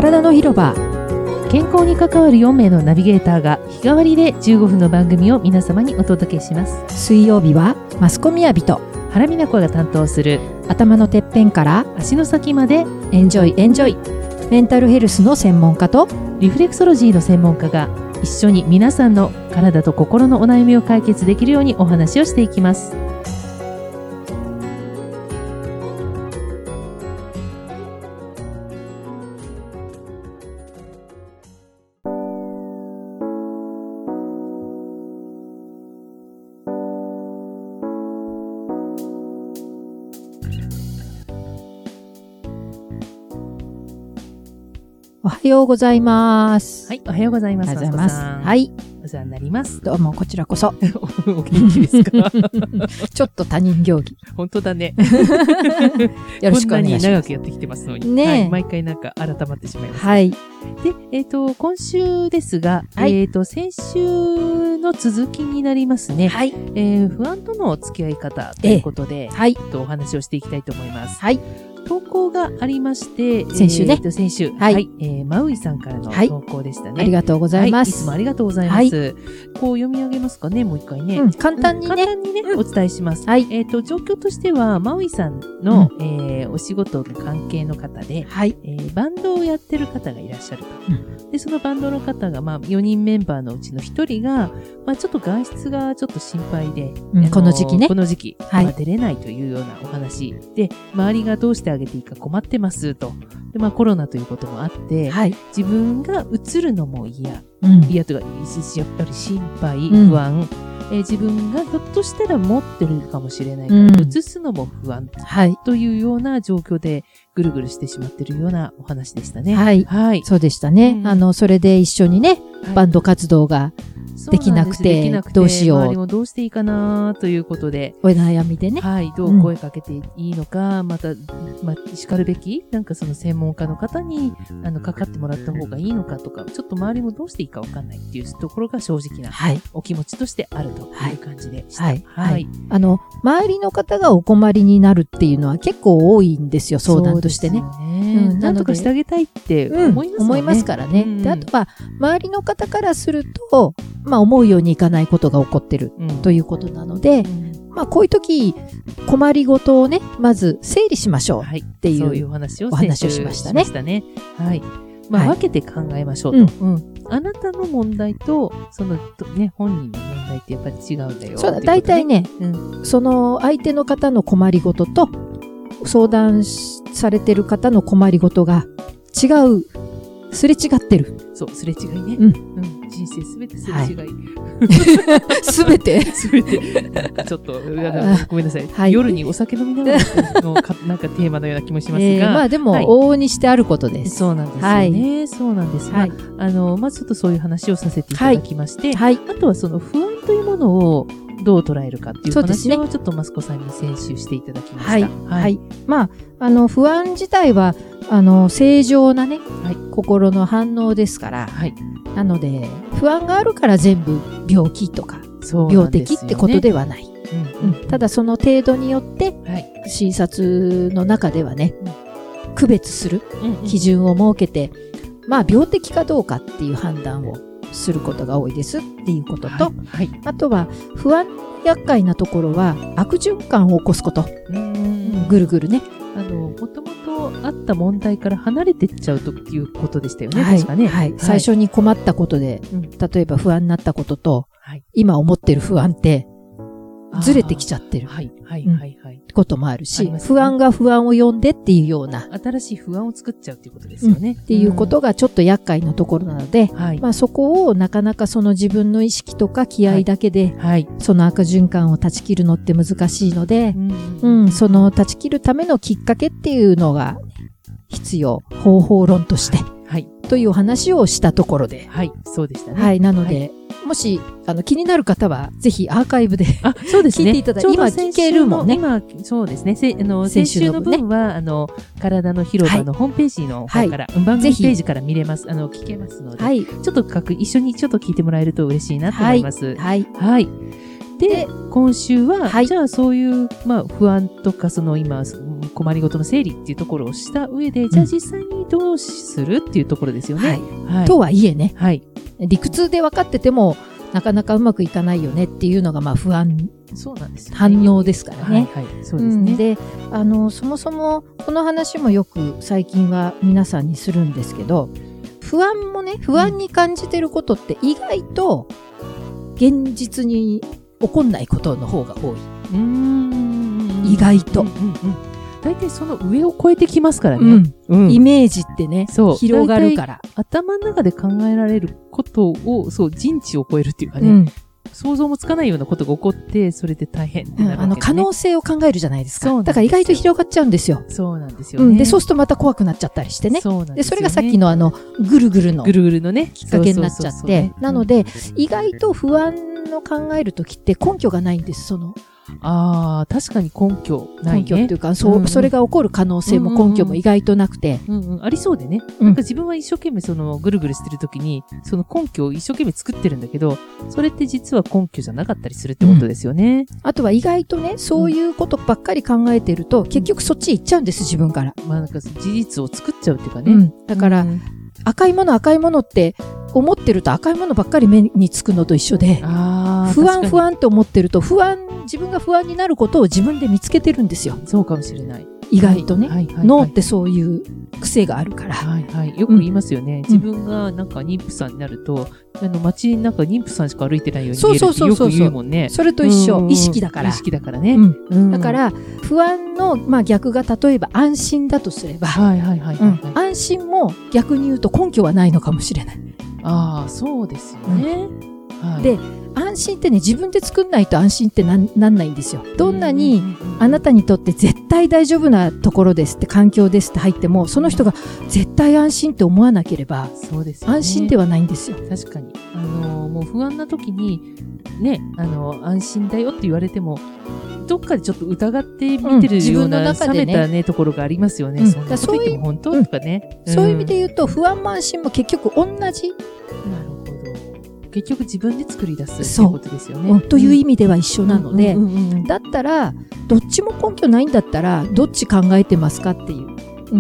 体の広場。 健康に関わる4名のナビゲーターが日替わりで15分の番組を皆様にお届けします。 水曜日はマスコミやびと原美奈子が担当する頭のてっぺんから足の先までエンジョイエンジョイ。メンタルヘルスの専門家とリフレクソロジーの専門家が一緒に皆さんの体と心のお悩みを解決できるようにお話をしていきます。 おはようございます。 はい、おはようございます。 おはようございます。はい。 お世話になります。 どうもこちらこそ。 お元気ですか？ ちょっと他人行儀。 本当だね。 よろしくお願いします。 こんなに長くやってきてますのに。 ねえ、 はい、毎回なんか改まってしまいます。 はい。 で、今週ですが、 はい、 先週の続きになりますね。 はい。 不安との付き合い方ということで、 はい。 お話をしていきたいと思います。 はい。 投稿がありまして、 先週ね。 先週。 はい。 はい。マウイさんからの投稿でしたね。 ありがとうございます。 いつもありがとうございます。こう読み上げますかね、もう一回ね。 簡単にね。 お伝えします。 はい。 状況としては、マウイさんの、お仕事の関係の方で、 はい。 バンドをやってる方がいらっしゃると。で、そのバンドの方が、4人メンバーのうちの1人が、ちょっと外出がちょっと心配で、 この時期ね。 この時期、出れないというようなお話で、周りがどうしてあげていいか困ってますと。で、コロナということもあって、自分が移るのも嫌。嫌というか、やっぱり心配、不安。自分がひょっとしたら持ってるかもしれないから、移すのも不安というような状況でぐるぐるしてしまっているようなお話でしたね。 はい。はい。そうでしたね。それで一緒にね、バンド活動ができなくて、どうしよう。 周りもどうしていいかなということで。 お悩みでね。 はい。どう声かけていいのか、また、叱るべき、なんかその専門家の方に、かかってもらった方がいいのかとか、ちょっと周りもどうしていいかわかんないっていうところが正直な、お気持ちとしてあるという感じでした。はい。はい。 周りの方がお困りになるっていうのは結構多いんですよ、相談としてね。 なんとかしてあげたいって思いますよね。 思いますからね。で、あとは、周りの方からすると、思うようにいかないことが起こってるということなので、こういう時、困りごとをね、まず整理しましょうっていう、 そういうお話をしましたね。 はい。分けて考えましょうと。あなたの問題と、本人の問題ってやっぱり違うんだよ。 そうだ、大体ね、その相手の方の困りごとと、相談されてる方の困りごとが違う、すれ違ってる。 そう、すれ違いね。人生すべてすれ違い。 すべてちょっと、ごめんなさい。夜にお酒飲みながらのなんかテーマのような気もしますが。 でも、往々にしてあることです。 そうなんですよね。そうなんですが、まずちょっとそういう話をさせていただきまして、あとはその不安というものをどう捉えるかっていう話をちょっとマスコさんに先週していただきました。 はい。不安自体は、正常なね、心の反応ですから、なので、不安があるから全部病気とか、病的ってことではない。ただその程度によって、診察の中ではね、区別する基準を設けて、病的かどうかっていう判断をすることが多いですっていうことと、あとは不安厄介なところは悪循環を起こすこと。ぐるぐるね。 もともとあった問題から離れていっちゃうということでしたよね。確かね。 最初に困ったことで、例えば不安になったことと、今思ってる不安ってずれてきちゃってる。こともあるし、不安が不安を呼んでっていうような。 新しい不安を作っちゃうっていうことですよね。 っていうことがちょっと厄介なところなので、そこをなかなかその自分の意識とか気合だけで、その悪循環を断ち切るのって難しいので、その断ち切るためのきっかけっていうのが必要。方法論として。というお話をしたところで。 そうでしたね。 なので、もし、気になる方は、ぜひアーカイブで聞いていただいて、今聞けるもんね。 そうですね。先週の分は、体の広場のホームページの方から、番組ページから見れます、聞けますので、ちょっと一緒にちょっと聞いてもらえると嬉しいなと思います。で、今週は、じゃあそういう、不安とか、今、 困りごとの整理っていうところをした上で、じゃあ実際にどうするっていうところですよね。 はい。とはいえね、 はい。 理屈で分かってても、なかなかうまくいかないよねっていうのが、不安。 そうなんですよね。 反応ですからね。 はい、そうですね。 で、そもそも、この話もよく最近は皆さんにするんですけど、不安もね、不安に感じてることって意外と、現実に起こんないことの方が多い。意外と。 大体その上を超えてきますからね。 イメージってね、広がるから。 頭の中で考えられることを、人知を超えるっていうかね、想像もつかないようなことが起こって、それで大変ってなるわけですね。 可能性を考えるじゃないですか。だから意外と広がっちゃうんですよ。 そうなんですよね。 で、そうするとまた怖くなっちゃったりしてね。で、それがさっきのぐるぐるのね、きっかけになっちゃって。なので、意外と不安の考えるときって根拠がないんです、 確かに根拠ないね。 根拠っていうか、それが起こる可能性も根拠も意外となくて。 ありそうでね。なんか自分は一生懸命ぐるぐるしてるときに、その根拠を一生懸命作ってるんだけど、それって実は根拠じゃなかったりするってことですよね。 あとは意外とね、そういうことばっかり考えてると、結局そっち行っちゃうんです、自分から。 なんか事実を作っちゃうっていうかね。 だから、赤いものって思ってると赤いものばっかり目につくのと一緒で、不安って思ってると自分が不安になることを自分で見つけてるんですよ。 そうかもしれない。 意外とね、脳ってそういう癖があるから。 よく言いますよね。自分がなんか妊婦さんになると、街なんか妊婦さんしか歩いてないように見えるってよく言うもんね。 それと一緒。意識だから。 意識だからね。 だから、不安の、逆が例えば安心だとすれば、安心も逆に言うと根拠はないのかもしれない。 そうですよね。 で、安心ってね、自分で作んないと安心ってなんないんですよ。どんなにあなたにとって絶対大丈夫なところですって環境ですって入っても、その人が絶対安心って思わなければ、安心ではないんですよ。 確かに。もう不安な時に、ね、安心だよって言われても、どっかでちょっと疑って見てるような、冷めたね、ところがありますよね。そんなこと言っても本当とかね。 そういう意味で言うと、不安も安心も結局同じ。 結局自分で作り出すってことですよね。 という意味では一緒なので、だったら、どっちも根拠ないんだったら、どっち考えてますかっていう。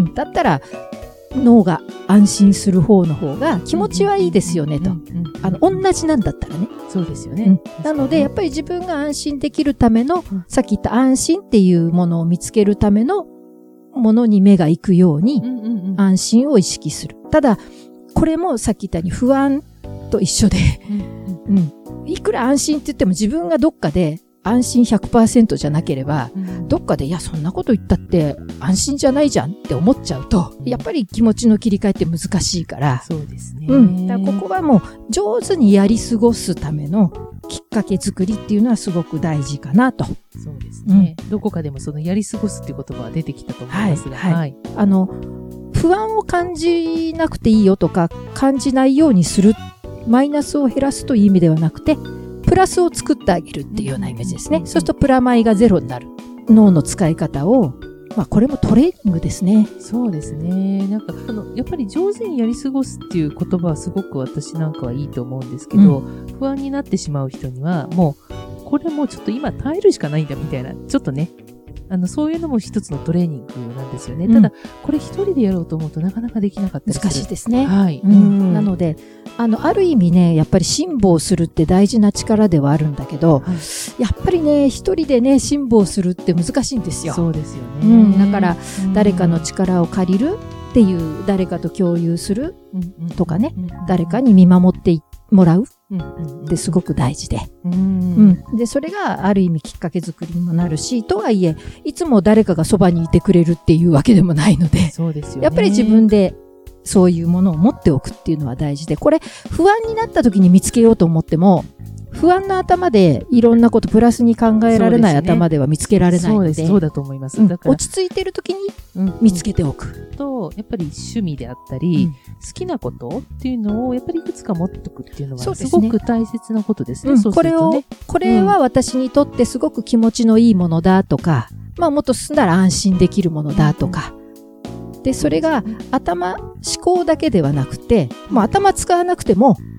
だったら、脳が安心する方の方が気持ちはいいですよねと。同じなんだったらね。 そうですよね。 なので、やっぱり自分が安心できるための、さっき言った安心っていうものを見つけるためのものに目が行くように、安心を意識する。ただ、これもさっき言ったように不安と一緒で、いくら安心って言っても自分がどっかで安心 100% じゃなければ、どっかでいやそんなこと言ったって安心じゃないじゃんって思っちゃうと、やっぱり気持ちの切り替えって難しいから、 そうですね。 だからここはもう上手にやり過ごすためのきっかけ作りっていうのはすごく大事かなと。 そうですね。どこかでもそのやり過ごすっていう言葉は出てきたと思いますが、 不安を感じなくていいよとか感じないようにする、マイナスを減らすという意味ではなくて、プラスを作ってあげるっていうようなイメージですね。そうするとプラマイがゼロになる。脳の使い方を、これもトレーニングですね。 そうですね。なんか、やっぱり上手にやり過ごすっていう言葉はすごく私なんかはいいと思うんですけど、不安になってしまう人には、もう、これもうちょっと今耐えるしかないんだみたいな、ちょっとね、そういうのも一つのトレーニングなんですよね。ただ、これ一人でやろうと思うとなかなかできなかったりする。 難しいですね。なので、ある意味ね、やっぱり辛抱するって大事な力ではあるんだけど、やっぱりね、一人でね、辛抱するって難しいんですよ。 そうですよね。 だから、誰かの力を借りるっていう、誰かと共有するとかね、誰かに見守ってもらうってすごく大事で。で、それがある意味きっかけ作りにもなるし、とはいえ、いつも誰かがそばにいてくれるっていうわけでもないので、 そうですよね。 やっぱり自分でそういうものを持っておくっていうのは大事で、これ不安になった時に見つけようと思っても、不安な頭でいろんなことプラスに考えられない頭では見つけられないので、 そうだと思います。 だから落ち着いてる時に見つけておく。 と、やっぱり趣味であったり、好きなことっていうのをやっぱりいくつか持っておくっていうのはすごく大切なことですね。 これは私にとってすごく気持ちのいいものだとか、もっと進んだら安心できるものだとか、で、それが思考だけではなくて、もう頭使わなくても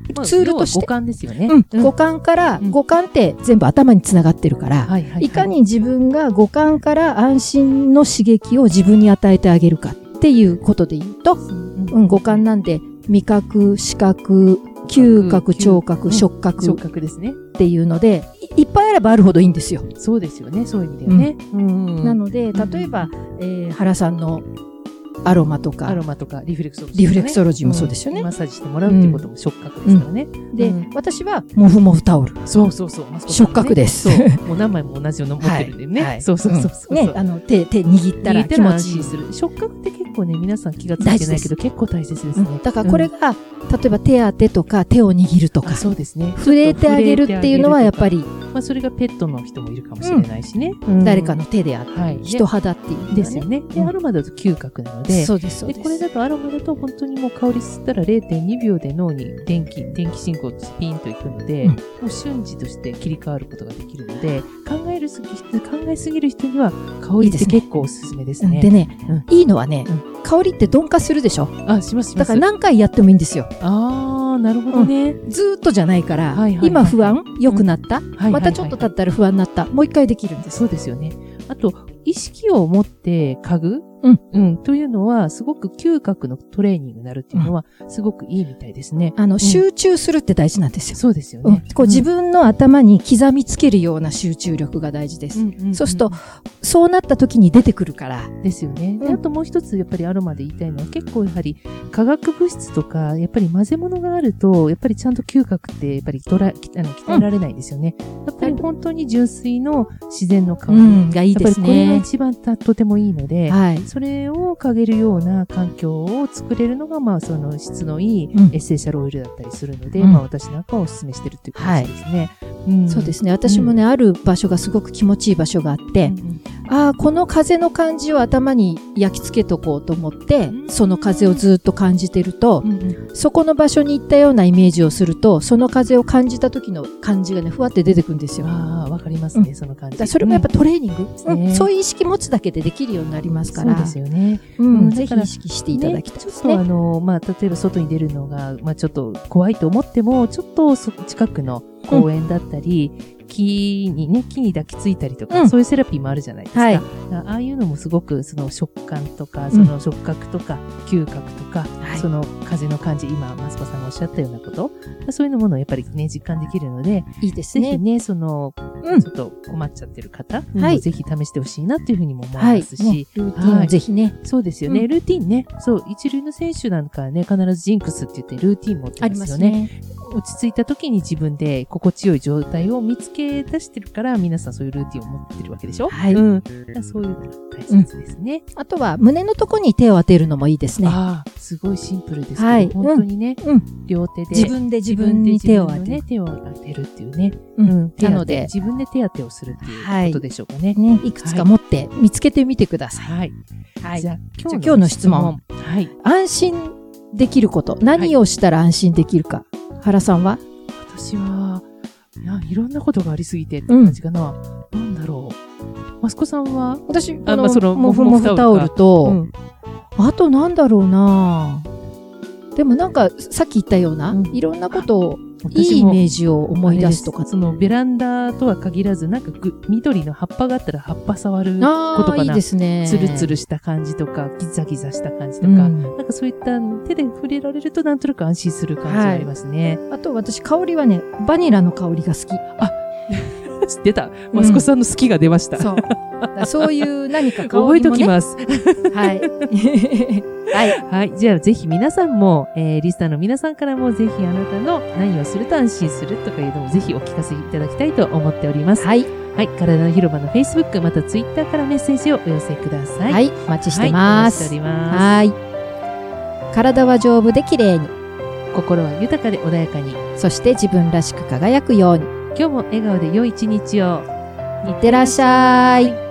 ツールとして。 五感ですよね。 五感から、五感って全部頭につながってるから、いかに自分が五感から安心の刺激を自分に与えてあげるかっていうことで言うと、五感なんで、味覚、視覚、嗅覚、聴覚、触覚ですね。 っていうので、いっぱいあればあるほどいいんですよ。 そうですよね。そういう意味だよね。 なので、例えば、原さんのアロマとか、 リフレクソロジー、 リフレクソロジーもそうですよね。 マッサージしてもらうっていうことも触覚ですからね。 で、私はモフモフタオル。 そう。 触覚です。 もう何枚も同じの持ってるんでね。そう。 ね、手握ったら気持ちいい。 触覚って結構ね、皆さん気がついてないけど、結構大切ですね。 だからこれが、例えば手当てとか手を握るとか、 そうですね。 触れてあげるっていうのはやっぱり、 それがペットの人もいるかもしれないしね。 誰かの手であって、人肌っていうですよね。で、アロマだと嗅覚なので、 そうです。 これだとアロマだと本当にもう香り吸ったら 0.2 秒で脳に電気信号としてピンといくので、もう瞬時として切り替わることができるので、考えすぎる人には香りって結構おすすめですね。 でね、いいのはね、香りって鈍化するでしょ。 します。 だから何回やってもいいんですよ。 なるほどね。 ずーっとじゃないから、今不安良くなった、またちょっと経ったら不安になった。もう一回できるんです。 そうですよね。あと、意識を持って嗅ぐというのは、すごく嗅覚のトレーニングになるっていうのは、すごごくいいみたいですね。 集中するって大事なんですよ。 そうですよね。 自分の頭に刻みつけるような集中力が大事です。そうすると、そうなった時に出てくるから。 ですよね。あともう一つ、やっぱりアロマで言いたいのは、結構やはり化学物質とか、やっぱり混ぜ物があると、やっぱりちゃんと嗅覚って、やっぱり鍛えられないんですよね。やっぱり本当に純粋の自然の香りがいいですね。 これが一番とてもいいので、それを嗅げるような環境を作れるのが、その質のいいエッセンシャルオイルだったりするので、私なんかはお勧めしてるという感じですね。 そうですね。私もね、ある場所がすごく気持ちいい場所があって、この風の感じを頭に焼き付けとこうと思って、その風をずっと感じてると、そこの場所に行ったようなイメージをすると、その風を感じた時の感じがね、ふわって出てくるんですよ。 わかりますね、その感じ。 それもやっぱトレーニング、そういう意識持つだけでできるようになりますから。 そうですよね。 ぜひ意識していただきたいですね。 ちょっと例えば外に出るのが、ちょっと怖いと思っても、ちょっと近くの公園だったり、木に抱きついたりとか、そういうセラピーもあるじゃないですか。ああいうのもすごく、その食感とか、その触覚とか、嗅覚とか、その風の感じ、今、マスコさんがおっしゃったようなこと、そういうものをやっぱりね、実感できるので、 いいですね。 ぜひね、ちょっと困っちゃってる方、ぜひ試してほしいなっていうふうにも思いますし、 ルーティンをぜひね。 そうですよね。ルーティンね。そう、一流の選手なんかはね、必ずジンクスって言ってルーティン持ってますよね。落ち着いた時に自分で心地よい状態を見つけ出してるから、皆さんそういうルーティンを持ってるわけでしょ？そういうの大切ですね。 あとは、胸のとこに手を当てるのもいいですね。 すごいシンプルですけど、本当にね、両手で。 自分で自分に手を当てる。 手を当てるっていうね。 なので、 自分で手当てをするっていうことでしょうかね。 いくつか持って見つけてみてください。じゃあ、今日の質問。安心できること。何をしたら安心できるか。原さんは？ 私は、いろんなことがありすぎてって感じかな。なんだろう。マスコさんは？ 私、モフモフタオルと、あとなんだろうな。でもなんか、さっき言ったような、いろんなことを、いいイメージを思い出すとか。 そのベランダとは限らず、なんか緑の葉っぱがあったら葉っぱ触ることかな。 いいですね。 ツルツルした感じとか、ギザギザした感じとか、なんかそういった手で触れられるとなんとなく安心する感じがありますね。 あと私香りはね、バニラの香りが好き。 出た。マスコさんの好きが出ました。 そういう何か香りも覚えときます。 はい。 はい。じゃあぜひ皆さんも、リスナーの皆さんからもぜひあなたの何をすると安心するとかいうのもぜひお聞かせいただきたいと思っております。はい。体の広場の Facebook また Twitter からメッセージをお寄せください。はい。 お待ちしてます。 お待ちしております。 はい。体は丈夫で綺麗に。 心は豊かで穏やかに。 そして自分らしく輝くように。 今日も笑顔で良い一日を。 いってらっしゃい。